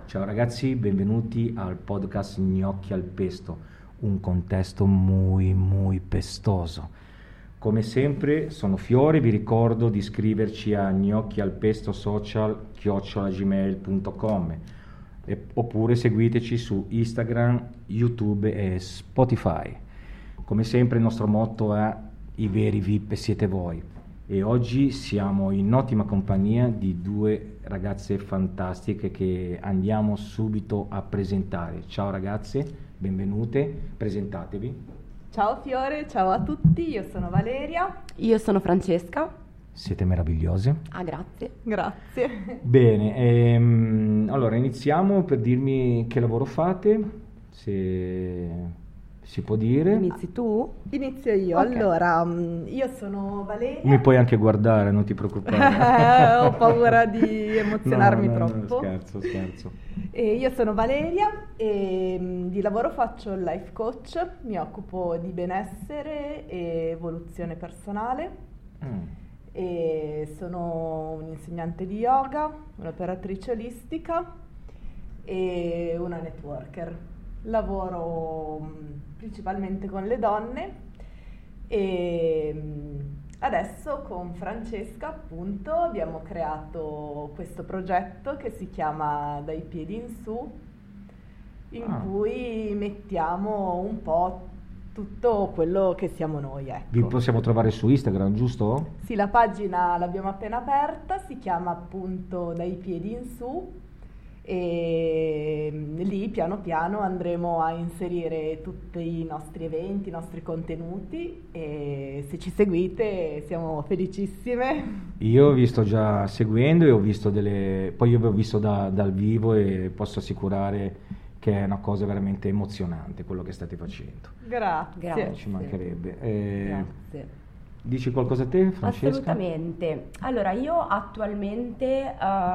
Ciao ragazzi, benvenuti al podcast Gnocchi al pesto, un contesto muy pestoso. Come sempre sono Fiore, vi ricordo di iscriverci a gnocchialpestosocial@gmail.com oppure seguiteci su Instagram, YouTube e Spotify. Come sempre il nostro motto è i veri VIP siete voi. E oggi siamo in ottima compagnia di due ragazze fantastiche che andiamo subito a presentare. Ciao ragazze, benvenute, presentatevi. Ciao Fiore, ciao a tutti, io sono Valeria. Io sono Francesca. Siete meravigliose. Ah, grazie. Grazie. Bene, allora iniziamo per dirmi che lavoro fate, se si può dire. Inizi tu? Inizio io. Ok. Allora, io sono Valeria. Mi puoi anche guardare, non ti preoccupare. Ho paura di emozionarmi No, troppo. scherzo. E io sono Valeria e di lavoro faccio il life coach, mi occupo di benessere e evoluzione personale e sono un'insegnante di yoga, un'operatrice olistica e una networker. Lavoro principalmente con le donne e adesso con Francesca appunto abbiamo creato questo progetto che si chiama Dai piedi in su, in cui mettiamo un po' tutto quello che siamo noi, ecco. Vi possiamo trovare su Instagram, giusto? Sì, la pagina l'abbiamo appena aperta, si chiama appunto Dai piedi in su e lì piano piano andremo a inserire tutti i nostri eventi, i nostri contenuti e se ci seguite siamo felicissime. Io vi sto già seguendo e ho visto poi io vi ho visto dal vivo e posso assicurare che è una cosa veramente emozionante quello che state facendo. Grazie. Ci mancherebbe. Grazie. Dici qualcosa a te, Francesca? Assolutamente. Allora, io attualmente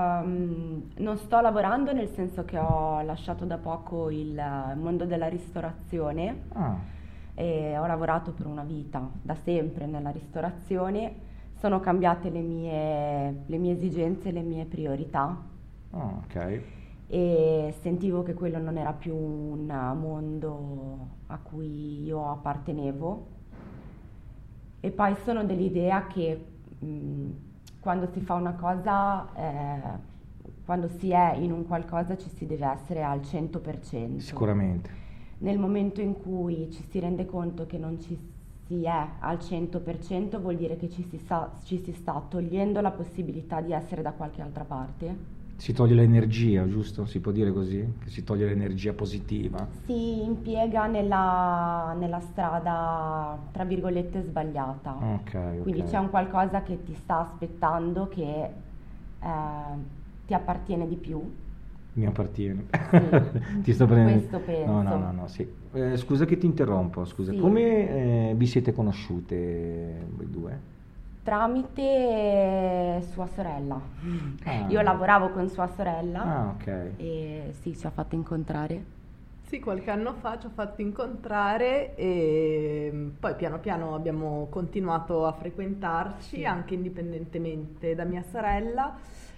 non sto lavorando, nel senso che ho lasciato da poco il mondo della ristorazione e ho lavorato per una vita da sempre nella ristorazione. Sono cambiate le mie esigenze, le mie priorità. Ok. E sentivo che quello non era più un mondo a cui io appartenevo. E poi sono dell'idea che quando si fa una cosa, quando si è in un qualcosa ci si deve essere al 100%. Sicuramente. Nel momento in cui ci si rende conto che non ci si è al 100% vuol dire che ci si sta togliendo la possibilità di essere da qualche altra parte. Si toglie l'energia, giusto? Si può dire così? Che si toglie l'energia positiva. Si impiega nella strada, tra virgolette, sbagliata. Ok. Quindi c'è un qualcosa che ti sta aspettando che ti appartiene di più. Mi appartiene. Sì. Ti sto prendendo. Questo penso. No, sì. Scusa che ti interrompo, scusa. Sì. Come vi siete conosciute voi due? Tramite sua sorella. Io lavoravo con sua sorella Ok. e sì, ci ha fatto incontrare. Sì, qualche anno fa ci ho fatto incontrare e poi piano piano abbiamo continuato a frequentarci, Sì. anche indipendentemente da mia sorella,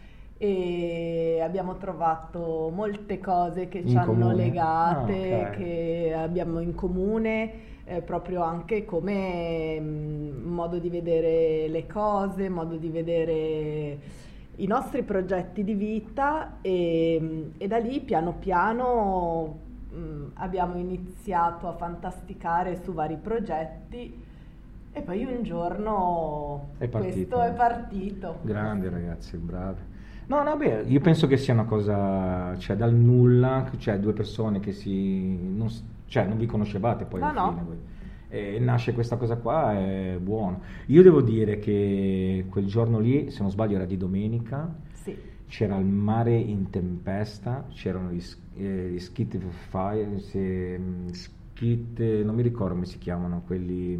e abbiamo trovato molte cose che ci In hanno comune? legate, Ok. che abbiamo in comune, proprio anche come modo di vedere le cose, modo di vedere i nostri progetti di vita e da lì piano piano abbiamo iniziato a fantasticare su vari progetti e poi un giorno È partito. questo è partito. Grandi ragazzi, bravi. No, beh, io penso che sia una cosa, cioè dal nulla, cioè due persone che non vi conoscevate poi alla No. fine voi. E nasce questa cosa qua, è buono. Io devo dire che quel giorno lì, se non sbaglio era di domenica, Sì. c'era il mare in tempesta, c'erano gli skit fire, non mi ricordo come si chiamano quelli,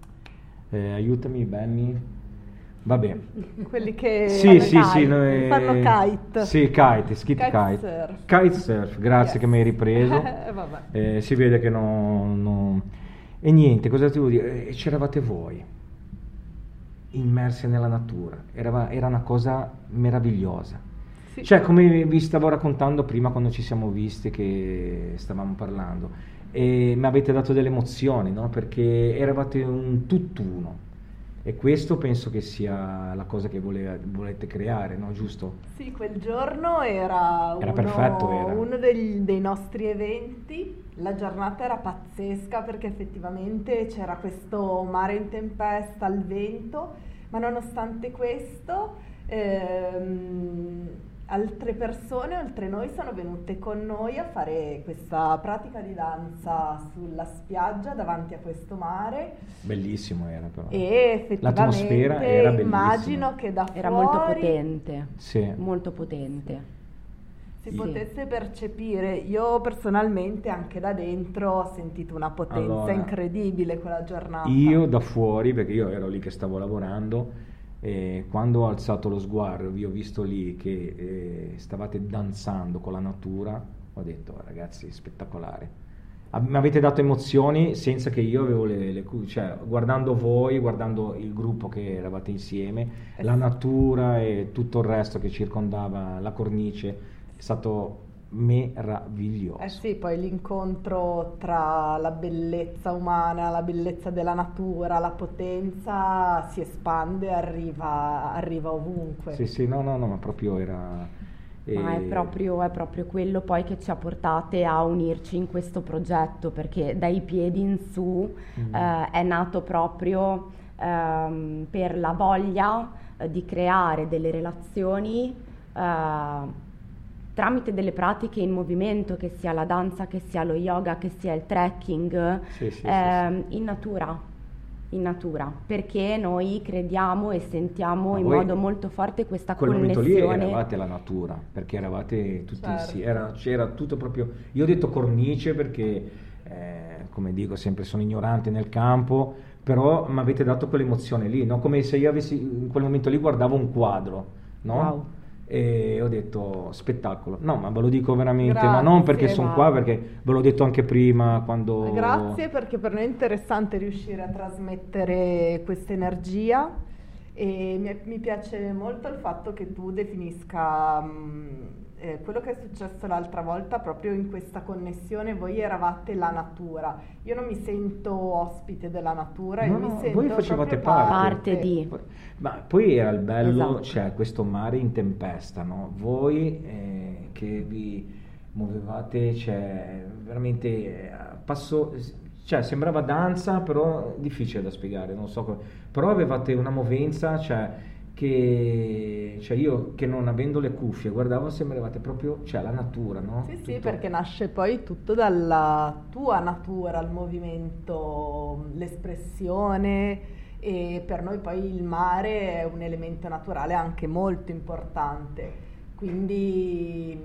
aiutami Benny, vabbè. Quelli che Sì, fanno kite. Sì, kite, skit kite. Surf. Kite surf, grazie Yes. che mi hai ripreso. Vabbè. Si vede che non. E niente, cosa ti devo dire? C'eravate voi, immersi nella natura, era una cosa meravigliosa. Sì. Cioè, come vi stavo raccontando prima quando ci siamo visti che stavamo parlando, e mi avete dato delle emozioni, no? Perché eravate un tutt'uno. E questo penso che sia la cosa che volete creare, no? Giusto? Sì, quel giorno era perfetto, era. uno dei nostri eventi. La giornata era pazzesca perché effettivamente c'era questo mare in tempesta, il vento, ma nonostante questo altre persone oltre noi sono venute con noi a fare questa pratica di danza sulla spiaggia davanti a questo mare. Bellissimo era però. E L'atmosfera era bellissima. immagino che da Era fuori molto potente, Sì. molto potente. si Sì. potesse percepire. Io personalmente anche da dentro ho sentito una potenza Allora, incredibile quella giornata. Io da fuori, perché io ero lì che stavo lavorando, e quando ho alzato lo sguardo, vi ho visto lì che stavate danzando con la natura, ho detto ragazzi, spettacolare. Mi avete dato emozioni senza che io avevo cioè guardando voi, guardando il gruppo che eravate insieme, la natura e tutto il resto che circondava la cornice, è stato meraviglioso. Eh sì, poi l'incontro tra la bellezza umana, la bellezza della natura, la potenza si espande, arriva ovunque. Sì, sì, no, ma proprio era... Ma è proprio quello poi che ci ha portate a unirci in questo progetto, perché dai piedi in su è nato proprio per la voglia di creare delle relazioni tramite delle pratiche in movimento, che sia la danza, che sia lo yoga, che sia il trekking, Sì. in natura, perché noi crediamo e sentiamo Ma in voi modo molto forte questa quel momento lì connessione. eravate la natura, perché eravate tutti Certo. insieme, c'era tutto proprio... Io ho detto cornice perché, come dico sempre, sono ignorante nel campo, però mi avete dato quell'emozione lì, no? Come se io avessi in quel momento lì guardavo un quadro, no? Wow. E ho detto spettacolo, no, ma ve lo dico veramente, Grazie, ma non perché sono ma- qua, perché ve l'ho detto anche prima quando... Grazie, perché per noi è interessante riuscire a trasmettere questa energia e mi piace molto il fatto che tu definisca quello che è successo l'altra volta proprio in questa connessione. Voi eravate la natura, io non mi sento ospite della natura, io No, mi sento voi facevate proprio parte di. Ma poi era il bello, Esatto. cioè questo mare in tempesta, no? Voi che vi muovevate, cioè veramente cioè sembrava danza, però difficile da spiegare, non so come, però avevate una movenza, cioè io che non avendo le cuffie guardavo, sembravate proprio, cioè la natura, no? Sì, Tutto- perché nasce poi tutto dalla tua natura, il movimento, l'espressione, e per noi poi il mare è un elemento naturale anche molto importante. Quindi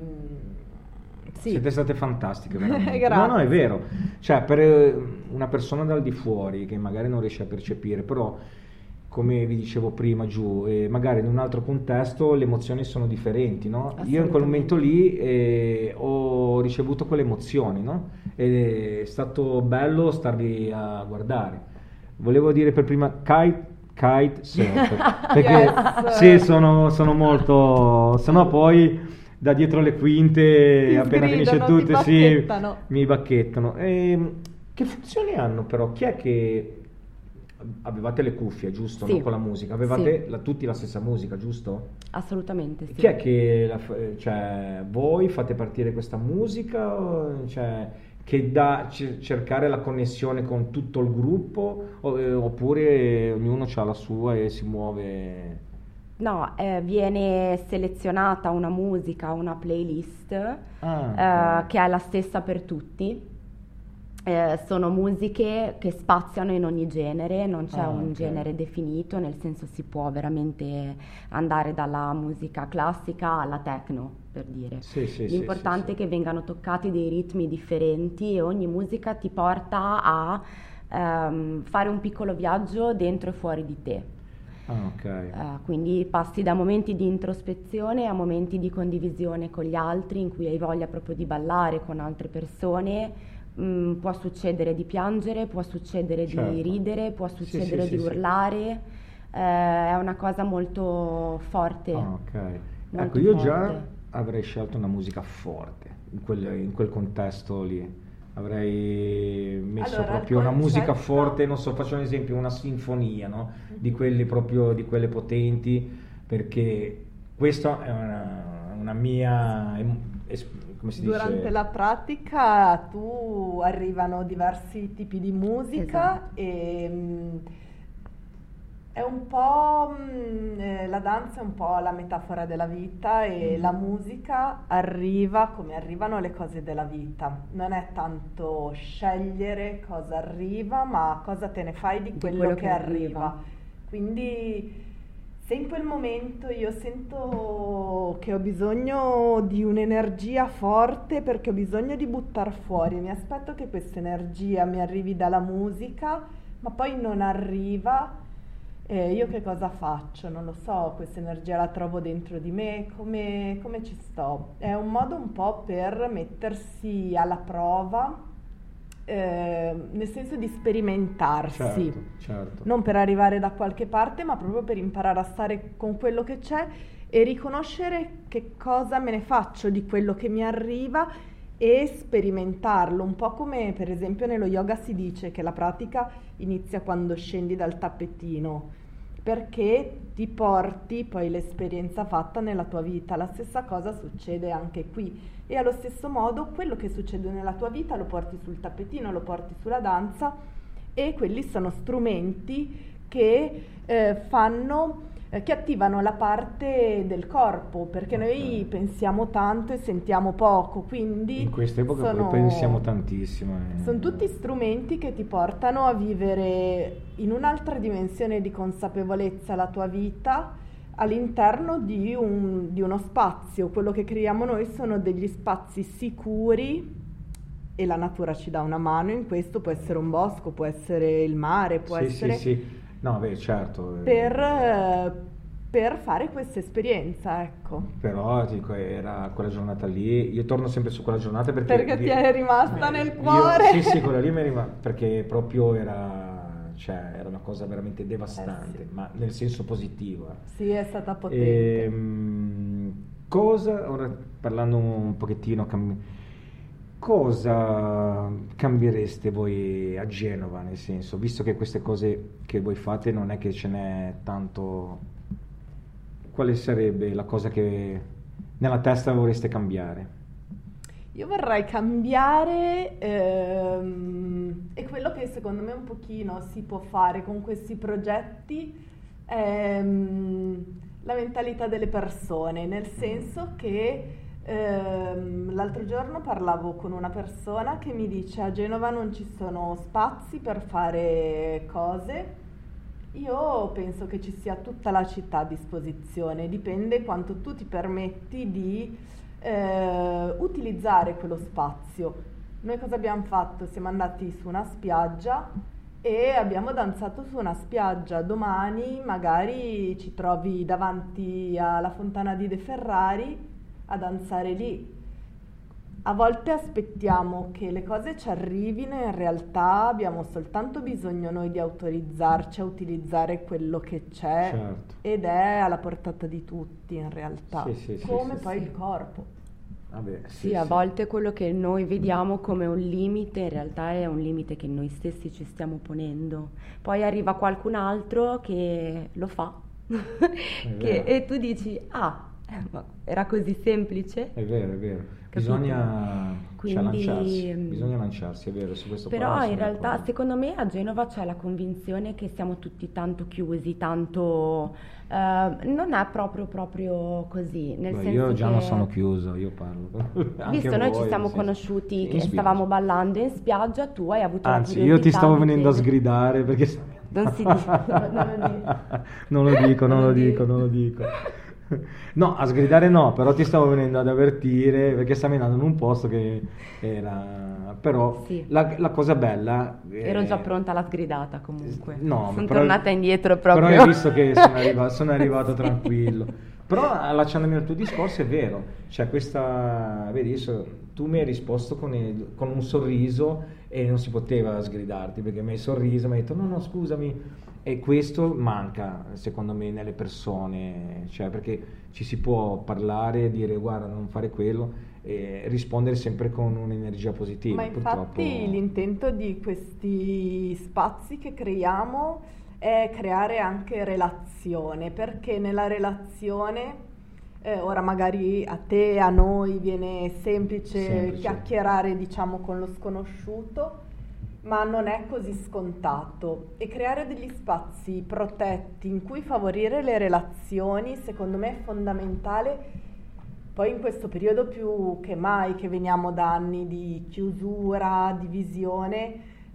sì. Siete state fantastiche, veramente. Grazie. No, è vero. Cioè, per una persona dal di fuori che magari non riesce a percepire, però, come vi dicevo prima giù, magari in un altro contesto le emozioni sono differenti, no? Io in quel momento lì ho ricevuto quelle emozioni, no? Ed è stato bello starvi a guardare. Volevo dire per prima kite surf, perché Yes. sì, sono molto, sennò poi da dietro le quinte Ti appena finisce sgridano, ti tutto, sì, bacchettano. mi bacchettano. Che funzioni hanno però? Chi è che avevate le cuffie, giusto? Sì. No? Con la musica, avevate Sì. tutti la stessa musica, giusto? Assolutamente sì. Chi è che cioè, voi fate partire questa musica, cioè, che dà cercare la connessione con tutto il gruppo, oppure ognuno ha la sua e si muove? No, viene selezionata una musica, una playlist Ok. che è la stessa per tutti. Sono musiche che spaziano in ogni genere, non c'è un Ok. genere definito, nel senso si può veramente andare dalla musica classica alla techno, per dire. Sì, L'importante è che vengano toccati dei ritmi differenti e ogni musica ti porta a fare un piccolo viaggio dentro e fuori di te. Ok. Quindi passi da momenti di introspezione a momenti di condivisione con gli altri, in cui hai voglia proprio di ballare con altre persone. Può succedere di piangere, può succedere Certo. di ridere, può succedere sì, di sì. urlare. È una cosa molto forte. Ok. Molto Ecco, io forte. avrei scelto una musica forte, in quel contesto lì. Avrei messo Allora, proprio il una musica concetto- forte, non so, faccio un esempio, una sinfonia, no? Di quelli proprio, di quelle potenti, perché questa è una mia, come si Durante dice? la pratica tu arrivano diversi tipi di musica Esatto. e è un po' la danza è un po' la metafora della vita e la musica arriva come arrivano le cose della vita. Non è tanto scegliere cosa arriva, ma cosa te ne fai di quello che arriva. Quindi se in quel momento io sento che ho bisogno di un'energia forte perché ho bisogno di buttar fuori, mi aspetto che questa energia mi arrivi dalla musica, ma poi non arriva, io che cosa faccio? Non lo so, questa energia la trovo dentro di me, come ci sto? È un modo un po' per mettersi alla prova, nel senso di sperimentarsi. Certo. Non per arrivare da qualche parte, ma proprio per imparare a stare con quello che c'è e riconoscere che cosa me ne faccio di quello che mi arriva e sperimentarlo, un po' come per esempio nello yoga si dice che la pratica inizia quando scendi dal tappetino, perché ti porti poi l'esperienza fatta nella tua vita. La stessa cosa succede anche qui e allo stesso modo quello che succede nella tua vita lo porti sul tappetino, lo porti sulla danza e quelli sono strumenti che che attivano la parte del corpo, perché noi pensiamo tanto e sentiamo poco, quindi In quest'epoca poi pensiamo tantissimo. sono tutti strumenti che ti portano a vivere in un'altra dimensione di consapevolezza la tua vita all'interno di uno spazio. Quello che creiamo noi sono degli spazi sicuri e la natura ci dà una mano in questo, può essere un bosco, può essere il mare, può essere... Sì. No, beh, certo. Per fare questa esperienza, ecco. Però dico, era quella giornata lì, io torno sempre su quella giornata perché Ti è rimasta nel cuore. Sì, quella lì mi è rimasta, perché proprio era una cosa veramente devastante, sì. ma nel senso positivo. Sì, è stata potente. Ora parlando un pochettino, cosa cambiereste voi a Genova, nel senso, visto che queste cose che voi fate non è che ce n'è tanto, quale sarebbe la cosa che nella testa vorreste cambiare? Io vorrei cambiare e quello che secondo me un pochino si può fare con questi progetti è la mentalità delle persone, nel senso che l'altro giorno parlavo con una persona che mi dice a Genova non ci sono spazi per fare cose. Io penso che ci sia tutta la città a disposizione, dipende quanto tu ti permetti di utilizzare quello spazio. Noi cosa abbiamo fatto? Siamo andati su una spiaggia e abbiamo danzato su una spiaggia. Domani magari ci trovi davanti alla fontana di De Ferrari a danzare lì. A volte aspettiamo che le cose ci arrivino, in realtà abbiamo soltanto bisogno noi di autorizzarci a utilizzare quello che c'è, Certo. ed è alla portata di tutti in realtà, Sì, come sì, poi sì. il corpo. Vabbè, Sì, a volte quello che noi vediamo come un limite in realtà è un limite che noi stessi ci stiamo ponendo. Poi arriva qualcun altro che lo fa vero. e tu dici, ma era così semplice? È vero. Capito? Bisogna lanciarsi, è vero, su questo Però sono in realtà d'accordo. secondo me a Genova c'è la convinzione che siamo tutti tanto chiusi, tanto non è proprio così, nel Beh, senso io già che non sono chiuso, io parlo. Anche visto noi ci voi, siamo sì. conosciuti In che spiaggia. stavamo ballando in spiaggia, tu hai avuto Anzi, la io ti curiosità stavo di venendo a chiedere- sgridare perché Non si dice. non lo dico. No, a sgridare no, però ti stavo venendo ad avvertire perché stavi andando in un posto che era... Però Sì. la cosa bella... Ero già pronta alla sgridata comunque. No, sono però- tornata indietro proprio. Però hai visto che sono arrivato tranquillo. Però allacciandomi al tuo discorso è vero, c'è questa... Vedi, adesso tu mi hai risposto con un sorriso e non si poteva sgridarti perché mi hai sorriso, mi hai detto no scusami, e questo manca secondo me nelle persone, cioè perché ci si può parlare, dire guarda non fare quello e rispondere sempre con un'energia positiva. Ma infatti l'intento di questi spazi che creiamo è creare anche relazione, perché nella relazione ora magari a te, a noi viene semplice chiacchierare diciamo con lo sconosciuto, ma non è così scontato, e creare degli spazi protetti in cui favorire le relazioni secondo me è fondamentale, poi in questo periodo più che mai, che veniamo da anni di chiusura, divisione,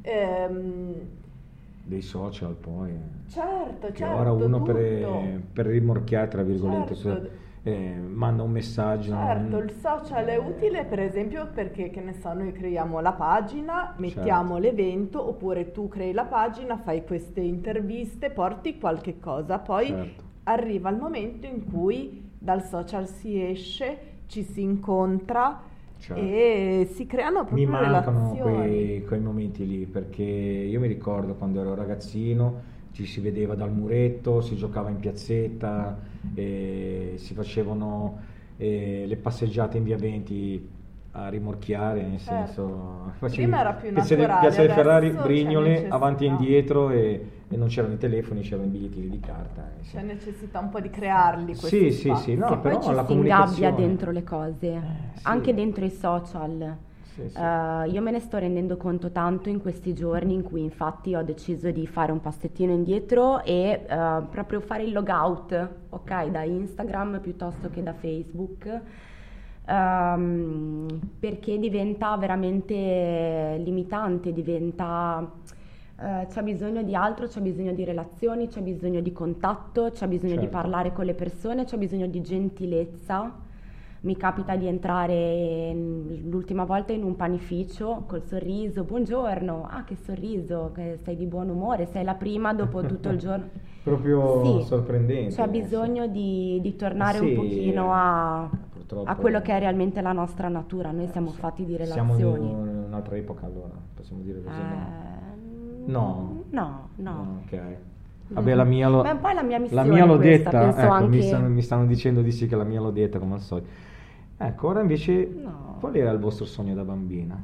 dei social poi. Certo, ora uno tutto. per rimorchiare tra virgolette, Certo. manda un messaggio. Certo, il social è utile per esempio perché, che ne so, noi creiamo la pagina, mettiamo l'evento, oppure tu crei la pagina, fai queste interviste, porti qualche cosa, poi arriva il momento in cui dal social si esce, ci si incontra e si creano proprio relazioni. Mi mancano quei momenti lì, perché io mi ricordo quando ero ragazzino ci si vedeva dal muretto, si giocava in piazzetta, si facevano le passeggiate in via Venti a rimorchiare, nel senso prima era più naturale, Piazza dei Ferrari, adesso Brignole, avanti e indietro, e non c'erano i telefoni, c'erano i bigliettini di carta. C'è necessità un po' di crearli questi spazi. Sì, no, che però poi ci la si ingabbia dentro le cose, anche dentro i social. Io me ne sto rendendo conto tanto in questi giorni in cui infatti ho deciso di fare un passettino indietro e proprio fare il logout, ok, da Instagram piuttosto che da Facebook, perché diventa veramente limitante, c'è bisogno di altro, c'è bisogno di relazioni, c'è bisogno di contatto, c'è bisogno di parlare con le persone, c'è bisogno di gentilezza. Mi capita di entrare l'ultima volta in un panificio col sorriso, buongiorno, che sorriso, che sei di buon umore, sei la prima dopo tutto il giorno. Proprio sorprendente. C'è bisogno di tornare un pochino a quello che è realmente la nostra natura, noi siamo fatti di relazioni. Siamo in un'altra epoca allora, possiamo dire così, no? No. Ok. Vabbè, la mia poi la mia missione la mia l'ho questa, detta, penso anche... mi stanno dicendo di sì che la mia l'ho detta come al solito. Ecco, ora invece qual era il vostro sogno da bambina?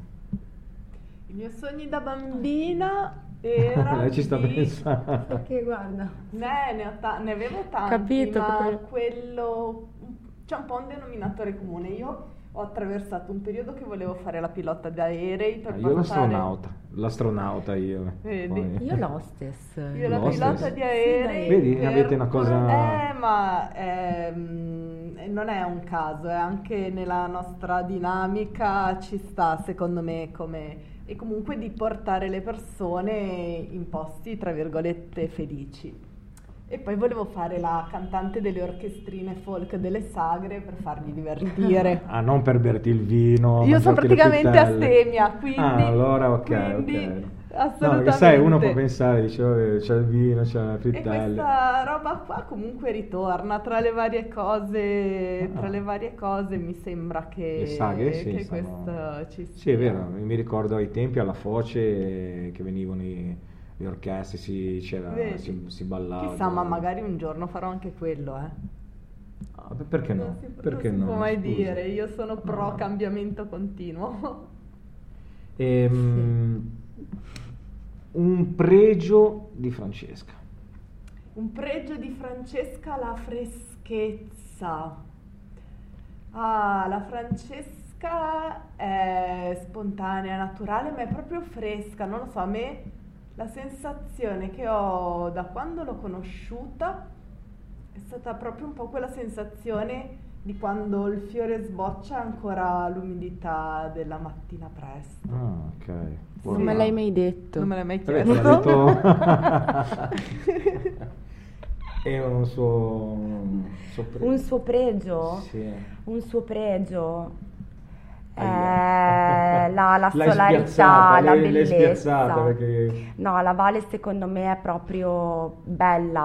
I miei sogni da bambina era lei ci sta pensando. Perché guarda, ne avevo tanti, capito, ma quello c'è un po' un denominatore comune. Io ho attraversato un periodo che volevo fare la pilota di aerei per io l'astronauta io. Vedi? Io l'hostess. Io la pilota di aerei. Vedi, avete una cosa... ma non è un caso, è anche nella nostra dinamica, ci sta secondo me e comunque di portare le persone in posti tra virgolette felici. E poi volevo fare la cantante delle orchestrine folk delle sagre per farli divertire. Non per berti il vino. Io sono praticamente astemia, quindi... allora ok. Assolutamente. No, sai, uno può pensare, dice, vabbè, c'è il vino, c'è la frittelle. E questa roba qua comunque ritorna tra le varie cose, mi sembra che, le saghe, che questo ci sia. Sì, è vero, mi ricordo ai tempi alla Foce che venivano le orchestre, si ballava. Chissà, ma magari un giorno farò anche quello, perché no? Perché non si no? può mai dire, io sono pro cambiamento continuo. Un pregio di Francesca. Un pregio di Francesca, la freschezza. La Francesca è spontanea, naturale, ma è proprio fresca, non lo so, a me la sensazione che ho da quando l'ho conosciuta è stata proprio un po' quella sensazione di quando il fiore sboccia ancora l'umidità della mattina presto. Ok. Non me l'hai mai detto. Non me l'hai mai chiesto. È un suo pregio. Un suo pregio? Sì. Un suo pregio. La solarità, la bellezza. Perché... No, la Valle secondo me è proprio bella,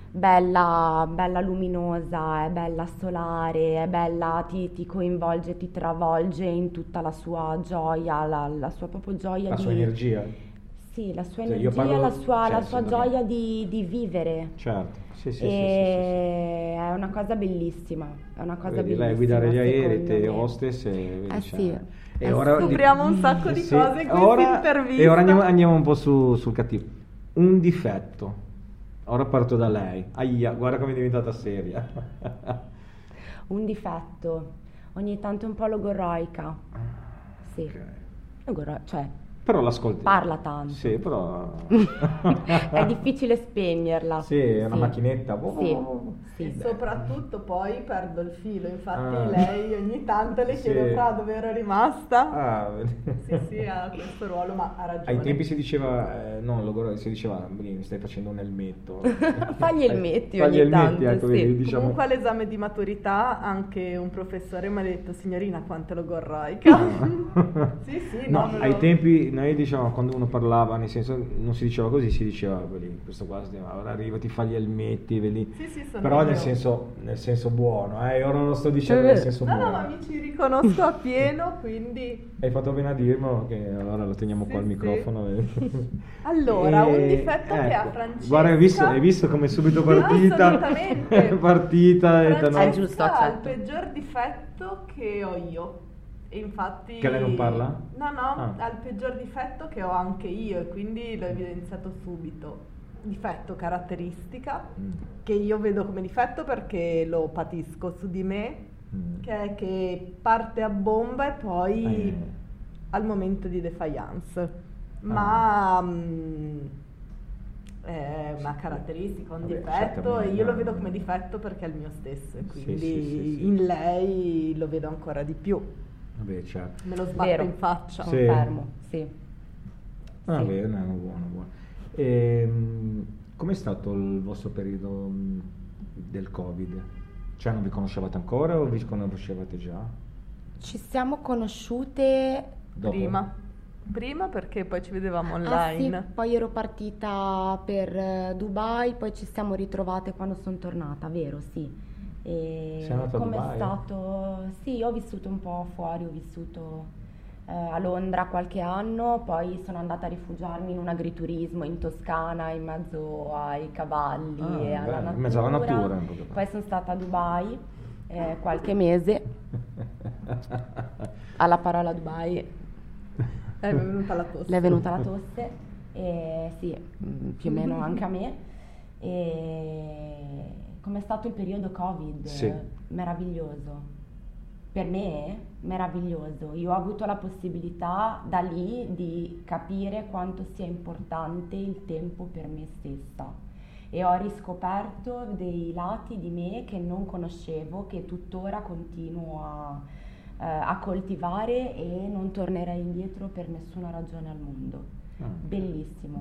bella luminosa, è bella solare, è bella, ti coinvolge, ti travolge in tutta la sua gioia, la sua proprio gioia La di... sua energia? Sì, la sua Cioè, io energia, parlo- la sua cioè, sì, gioia di vivere. Certo, sì. È una cosa bellissima, è una cosa Vedi, bellissima. lei guidare gli aerei, secondo te me. hostess e vedi, Sì. E ora Scopriamo un sacco di sì, cose in questa intervista. E ora andiamo un po' sul cattivo. Un difetto. Ora parto da lei. Aia, guarda come è diventata seria. Un difetto, ogni tanto un po' logorroica. Sì. Ok. Cioè, Però l'ascolti. parla tanto. Sì, però... È difficile spegnerla. Sì, è una macchinetta. Sì. E soprattutto poi perdo il filo, infatti Ah. lei ogni tanto le Sì. chiedo Fra dove ero rimasta. Ah, Sì, ha questo ruolo, ma ha ragione. ai tempi si diceva, si diceva, mi stai facendo un elmetto. Fagli elmetti Fagli ogni elmetti, tanto, ecco, sì. vedi, diciamo. Comunque all'esame di maturità anche un professore mi ha detto signorina quanto è logorroica. Sì, No, me lo- ai tempi noi diciamo quando uno parlava, nel senso non si diceva così, si diceva vedi, questo qua ora arriva, ti fa gli elmetti, vedi. Sì, sono Però io. nel senso buono, ora lo sto dicendo nel senso No, buono. ma mi ci riconosco appieno, quindi... Hai fatto bene a dirmelo, che allora lo teniamo Sì, qua al sì. microfono. Allora, un difetto che ha ecco, Francesca... Guarda, hai visto come subito partita? Assolutamente. partita e Francesca È giusto, ha il accetto. peggior difetto che ho io. E infatti... Che lei non parla? No, Ah. ha il peggior difetto che ho anche io e quindi l'ho evidenziato subito. Difetto, caratteristica, che io vedo come difetto perché lo patisco su di me, che è che parte a bomba e poi al momento di defiance. Ma è una caratteristica, un Vabbè, difetto, e certamente. io lo vedo come difetto perché è il mio stesso, e Sì, quindi sì. in lei lo vedo ancora di più. Vabbè, certo. Me lo sbatto Vero. in faccia. Sì. Confermo, sì. Ah, Sì. bene, buono. Com'è stato il vostro periodo del Covid? Cioè non vi conoscevate ancora o vi conoscevate già? Ci siamo conosciute Dopo? Prima perché poi ci vedevamo Ah sì, online. poi ero partita per Dubai, poi ci siamo ritrovate quando sono tornata, vero? Sì. E Sei andata a com'è Dubai? stato? Sì, ho vissuto un po' fuori, ho vissuto a Londra qualche anno, poi sono andata a rifugiarmi in un agriturismo in Toscana, in mezzo ai cavalli Ah, e alla bello, natura. in mezzo alla natura, in poche parole. Poi sono stata a Dubai qualche mese. Alla parola Dubai È venuta la tosse. le è venuta la tosse, e sì, più o meno anche a me. E com'è stato il periodo Covid? Sì. Meraviglioso. Per me, meraviglioso. Io ho avuto la possibilità da lì di capire quanto sia importante il tempo per me stessa. E ho riscoperto dei lati di me che non conoscevo, che tuttora continuo a coltivare e non tornerei indietro per nessuna ragione al mondo. Bellissimo.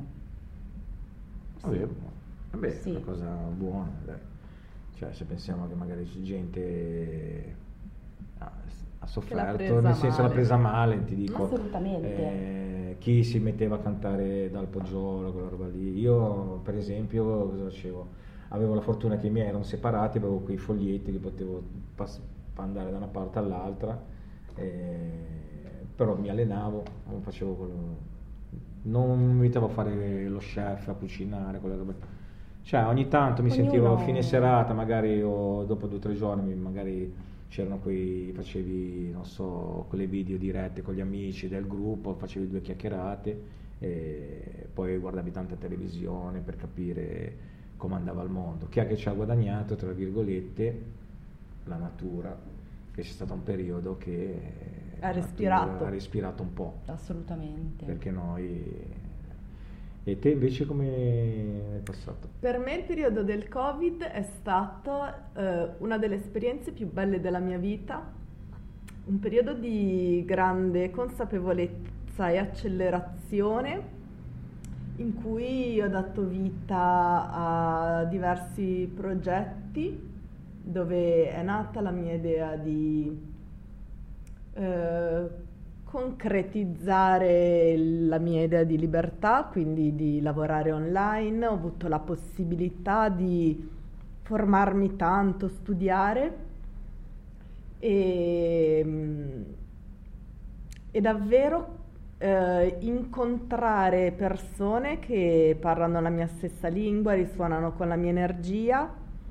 Vabbè, Sì. è una cosa buona, dai. Cioè, se pensiamo che magari c'è gente ha sofferto, presa nel senso l'ha male. presa male, ti dico. Assolutamente. Chi si metteva a cantare dal poggiolo, quella roba lì. Io, per esempio, cosa facevo? Avevo la fortuna che i miei erano separati, avevo quei foglietti che potevo andare da una parte all'altra, però mi allenavo, non facevo quello. Non mi mettevo a fare lo chef, a cucinare, quelle robe. Cioè ogni tanto mi sentivo a fine serata, magari o dopo 2 o 3 giorni, magari c'erano facevi, non so, quelle video dirette con gli amici del gruppo, facevi 2 chiacchierate e poi guardavi tanta televisione per capire come andava il mondo. Chi è che ci ha guadagnato, tra virgolette, la natura, che c'è stato un periodo che Ha la respirato. natura ha respirato un po'. Assolutamente. Perché noi... E te invece come è passato? Per me il periodo del Covid è stato una delle esperienze più belle della mia vita, un periodo di grande consapevolezza e accelerazione in cui ho dato vita a diversi progetti dove è nata la mia idea di concretizzare la mia idea di libertà, quindi di lavorare online. Ho avuto la possibilità di formarmi tanto, studiare e davvero incontrare persone che parlano la mia stessa lingua, risuonano con la mia energia,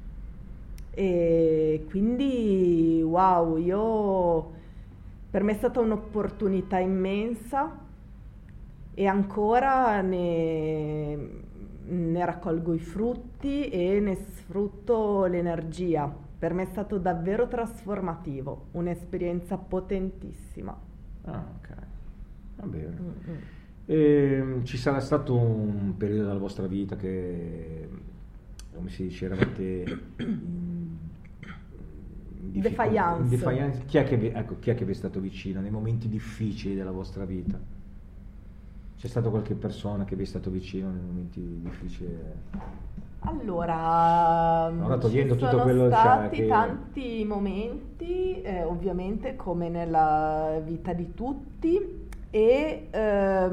e quindi wow, per me è stata un'opportunità immensa e ancora ne raccolgo i frutti e ne sfrutto l'energia. Per me è stato davvero trasformativo, un'esperienza potentissima. Ah, ok. Va bene. Ci sarà stato un periodo della vostra vita che, come si dice, eravate in defiance. Chi è che vi è stato vicino nei momenti difficili della vostra vita? C'è stata qualche persona che vi è stato vicino nei momenti difficili? Allora, togliendo ci tutto sono quello stati tanti momenti, ovviamente come nella vita di tutti, e per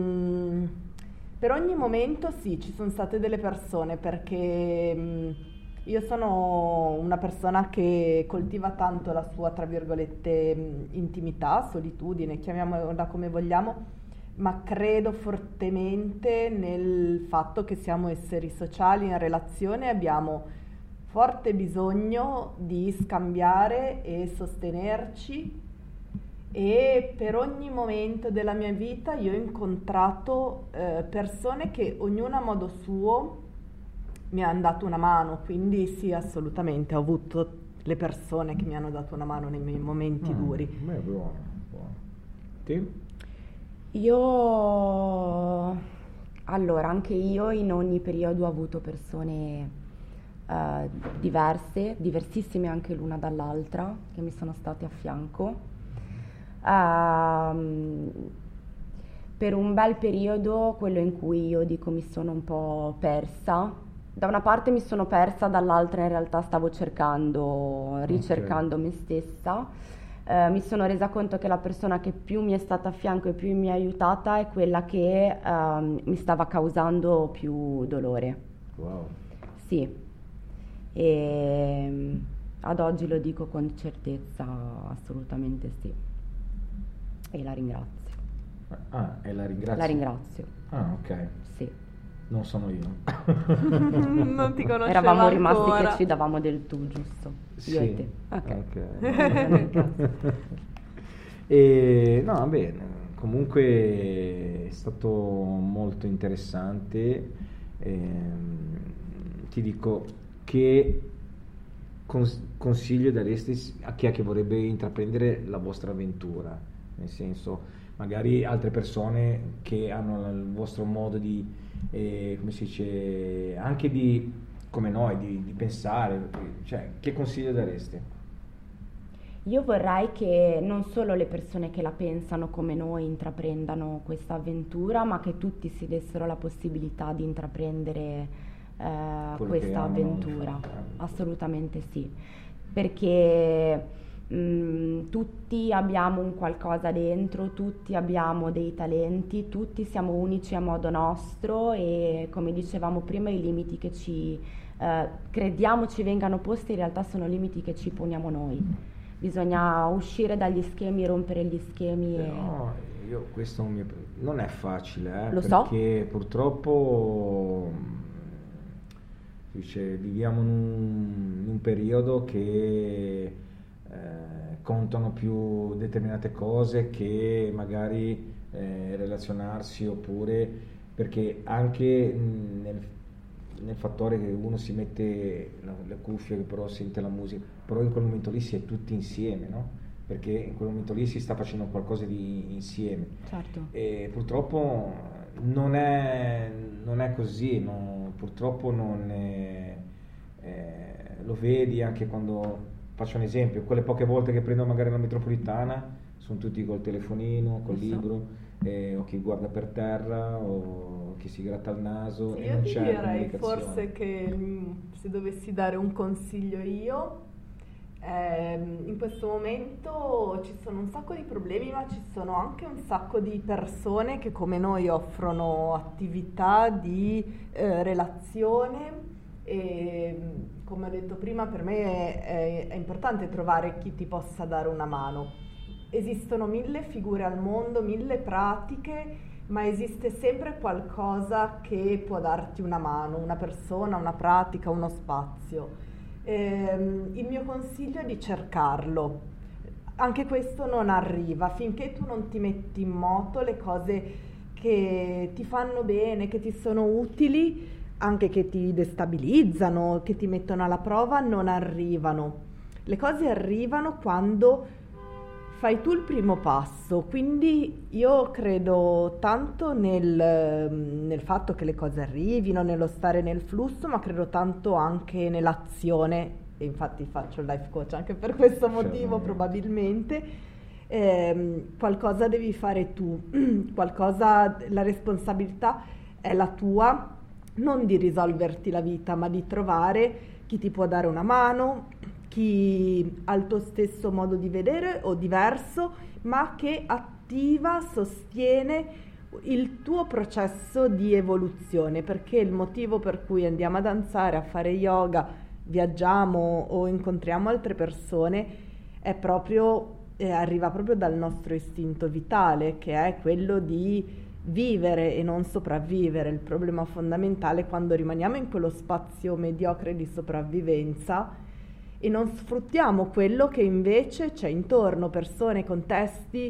ogni momento sì, ci sono state delle persone, perché io sono una persona che coltiva tanto la sua, tra virgolette, intimità, solitudine, chiamiamola come vogliamo, ma credo fortemente nel fatto che siamo esseri sociali in relazione, abbiamo forte bisogno di scambiare e sostenerci, e per ogni momento della mia vita io ho incontrato persone che ognuna a modo suo mi hanno dato una mano, quindi sì, assolutamente ho avuto le persone che mi hanno dato una mano nei miei momenti duri. Buono. Ti? Allora, anche io in ogni periodo ho avuto persone diverse, diversissime anche l'una dall'altra, che mi sono state a fianco. Per un bel periodo, quello in cui io dico mi sono un po' persa. Da una parte mi sono persa, dall'altra in realtà stavo ricercando me stessa. Mi sono resa conto che la persona che più mi è stata a fianco e più mi ha aiutata è quella che mi stava causando più dolore. Wow. Sì, e ad oggi lo dico con certezza, assolutamente sì. E la ringrazio. Ah, e la ringrazio? La ringrazio. Ah, ok. Sì. Non sono io. Non ti conoscevo Eravamo rimasti ancora. che ci davamo del tu, giusto? Sì. Io e te. Ok. E, no, va bene. Comunque è stato molto interessante. Ti dico che consiglio daresti a chi è che vorrebbe intraprendere la vostra avventura? Nel senso, magari altre persone che hanno il vostro modo di, come si dice, anche di, come noi, di pensare, cioè, che consiglio daresti? Io vorrei che non solo le persone che la pensano come noi intraprendano questa avventura, ma che tutti si dessero la possibilità di intraprendere questa avventura. Assolutamente sì, perché tutti abbiamo un qualcosa dentro, tutti abbiamo dei talenti, tutti siamo unici a modo nostro, e come dicevamo prima, i limiti che crediamo ci vengano posti in realtà sono limiti che ci poniamo noi. Bisogna uscire dagli schemi, rompere gli schemi. Però questo non è facile, Lo perché so. purtroppo viviamo in un periodo che contano più determinate cose che magari relazionarsi, oppure perché anche nel fattore che uno si mette la cuffia, che però sente la musica, però in quel momento lì si è tutti insieme, no? Perché in quel momento lì si sta facendo qualcosa di insieme. Certo. E purtroppo non è così, no? Purtroppo non è, lo vedi anche quando, faccio un esempio, quelle poche volte che prendo magari la metropolitana, sono tutti col telefonino, col libro, o chi guarda per terra o chi si gratta il naso, Sì, e io non ti c'è direi comunicazione. forse che se dovessi dare un consiglio io, in questo momento ci sono un sacco di problemi, ma ci sono anche un sacco di persone che come noi offrono attività di relazione E come ho detto prima, per me è importante trovare chi ti possa dare una mano. Esistono 1000 figure al mondo, 1000 pratiche, ma esiste sempre qualcosa che può darti una mano, una persona, una pratica, uno spazio. Il mio consiglio è di cercarlo. Anche questo non arriva finché tu non ti metti in moto le cose che ti fanno bene, che ti sono utili, anche che ti destabilizzano, che ti mettono alla prova, non arrivano. Le cose arrivano quando fai tu il primo passo, quindi io credo tanto nel fatto che le cose arrivino, nello stare nel flusso, ma credo tanto anche nell'azione, e infatti faccio il life coach anche per questo motivo probabilmente. Qualcosa devi fare tu, qualcosa, la responsabilità è la tua, non di risolverti la vita, ma di trovare chi ti può dare una mano, chi ha il tuo stesso modo di vedere o diverso, ma che attiva, sostiene il tuo processo di evoluzione, perché il motivo per cui andiamo a danzare, a fare yoga, viaggiamo o incontriamo altre persone è proprio, arriva proprio dal nostro istinto vitale, che è quello di vivere e non sopravvivere. Il problema fondamentale è quando rimaniamo in quello spazio mediocre di sopravvivenza e non sfruttiamo quello che invece c'è intorno, persone, contesti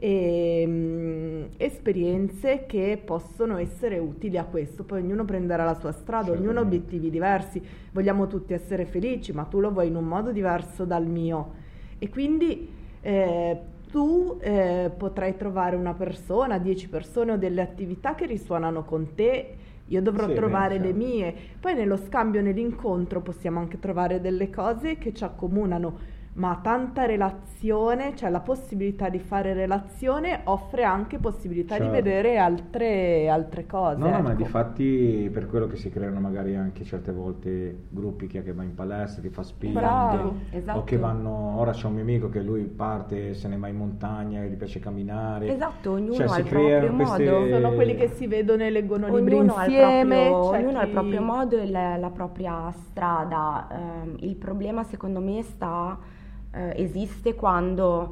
e esperienze che possono essere utili a questo. Poi ognuno prenderà la sua strada, ognuno ha obiettivi diversi, vogliamo tutti essere felici, ma tu lo vuoi in un modo diverso dal mio, e quindi tu potrai trovare una persona, 10 persone o delle attività che risuonano con te. Io dovrò trovare le mie, poi nello scambio, nell'incontro possiamo anche trovare delle cose che ci accomunano, ma tanta relazione, cioè la possibilità di fare relazione offre anche possibilità di vedere altre cose. No, ma difatti per quello che si creano magari anche certe volte gruppi che va in palestra, che fa spinning, esatto. O che vanno, ora c'è un mio amico che lui parte, se ne va in montagna, gli piace camminare. Esatto, ognuno cioè, ha il proprio modo. Sono quelli che si vedono e leggono libri insieme. Ognuno ha il proprio modo e la propria strada. Il problema secondo me esiste quando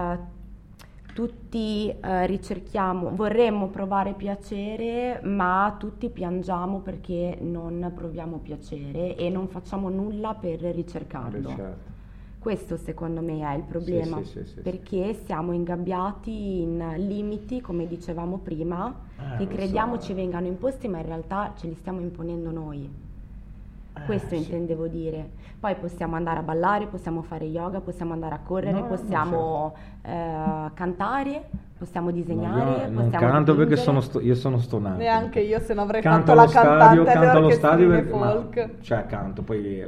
tutti ricerchiamo, vorremmo provare piacere, ma tutti piangiamo perché non proviamo piacere e non facciamo nulla per ricercarlo. Certo. Questo secondo me è il problema, perché siamo ingabbiati in limiti, come dicevamo prima, che crediamo ci vengano imposti, ma in realtà ce li stiamo imponendo noi. Questo intendevo dire. Poi possiamo andare a ballare, possiamo fare yoga, possiamo andare a correre, possiamo cantare, possiamo disegnare, non possiamo canto dipingere. perché io sono stonato. Neanche io, se non avrei canto fatto la cantante alle allo stadio orchestrine folk. cioè canto, poi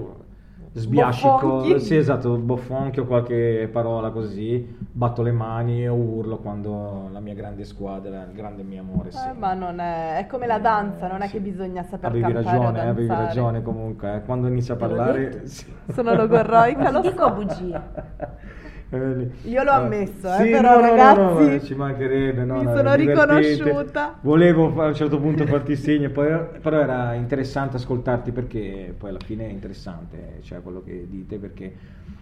sbiascico, sì, esatto, bofonchio qualche parola così, batto le mani e urlo quando la mia grande squadra, il grande mio amore. Ma non è come la danza, non è che bisogna saper cantare o danzare. Avevi ragione comunque, quando inizia a parlare sono logorroica, lo dico bugie. Io l'ho ammesso, sì, però ragazzi, no, ci mancherebbe, mi sono riconosciuta. Volevo a un certo punto farti segno, però era interessante ascoltarti, perché poi alla fine è interessante, cioè quello che dite, perché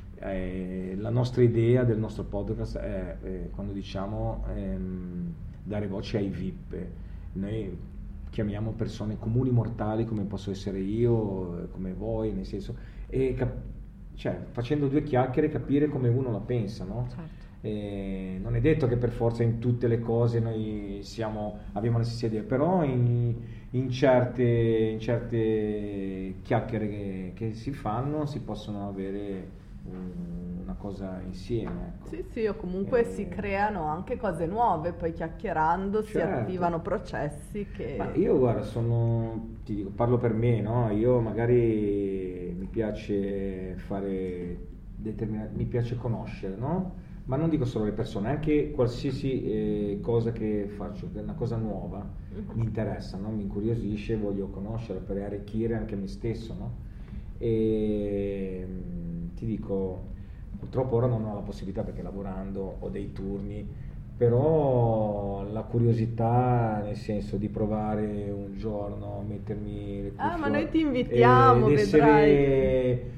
la nostra idea del nostro podcast è quando diciamo dare voce ai VIP. Noi chiamiamo persone comuni mortali come posso essere io, come voi, nel senso, e cioè facendo due chiacchiere capire come uno la pensa, no? Certo. Non è detto che per forza in tutte le cose noi abbiamo la stessa idea, però in certe chiacchiere che si fanno si possono avere una cosa insieme, ecco. Sì, o comunque si creano anche cose nuove, poi chiacchierando si attivano processi che... Ma io guarda, ti dico, parlo per me, no? Io magari mi piace fare mi piace conoscere, no? Ma non dico solo le persone, anche qualsiasi cosa che faccio, che è una cosa nuova, mi interessa, no? Mi incuriosisce, voglio conoscere per arricchire anche me stesso, no? E ti dico, purtroppo ora non ho la possibilità perché lavorando ho dei turni, però la curiosità, nel senso di provare un giorno a mettermi le cuffie, ma noi ti invitiamo, ed vedrai. essere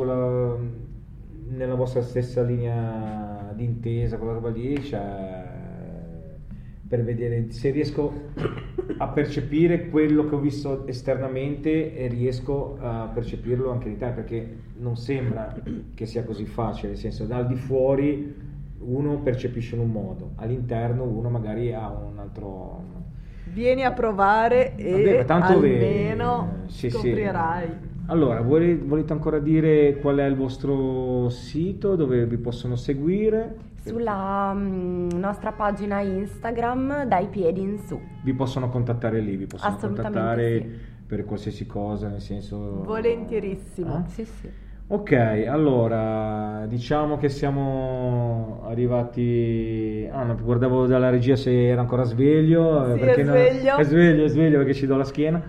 nella vostra stessa linea d'intesa, quella roba lì, cioè, per vedere se riesco a percepire quello che ho visto esternamente e riesco a percepirlo anche in Italia, perché non sembra che sia così facile, nel senso, dal di fuori uno percepisce in un modo, all'interno uno magari ha un altro. Vieni a provare e tanto almeno sì, scoprirai. sì. Allora, volete ancora dire qual è il vostro sito dove vi possono seguire? Sulla nostra pagina Instagram, Dai Piedi in Su. Vi possono contattare lì, vi possono Assolutamente contattare sì. Per qualsiasi cosa, nel senso. Volentierissimo. Sì, sì. Ok, allora diciamo che siamo arrivati. No, guardavo dalla regia se era ancora sveglio. Sì, perché è sveglio. È sveglio perché ci do la schiena.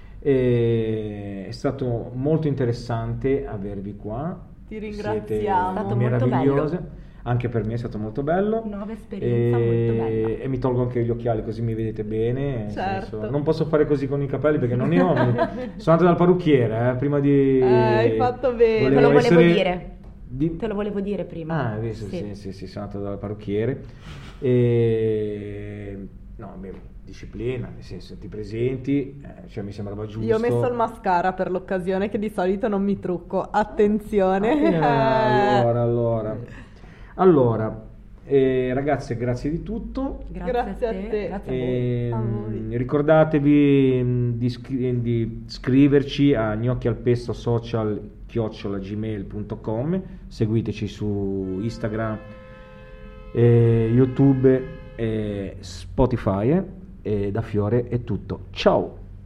È stato molto interessante avervi qua. Ti ringraziamo. Siete È stato molto meravigliose. Anche per me è stato molto bello. Nuova esperienza molto bella. E mi tolgo anche gli occhiali così mi vedete bene. Nel Certo. senso, non posso fare così con i capelli perché non ne ho. Sono andato dal parrucchiere prima di. Hai fatto bene. Te lo volevo essere dire. Te lo volevo dire prima. Ah, visto, Sì. sì, sono andato dal parrucchiere. No, disciplina, nel senso ti presenti, cioè mi sembrava giusto. Io ho messo il mascara per l'occasione, che di solito non mi trucco. Attenzione. Allora, ragazze, grazie di tutto. Grazie a te. Grazie a voi. A voi. Ricordatevi di scriverci a gnocchialpestosocial@gmail.com, seguiteci su Instagram, YouTube e Spotify. Da Fiore è tutto. Ciao!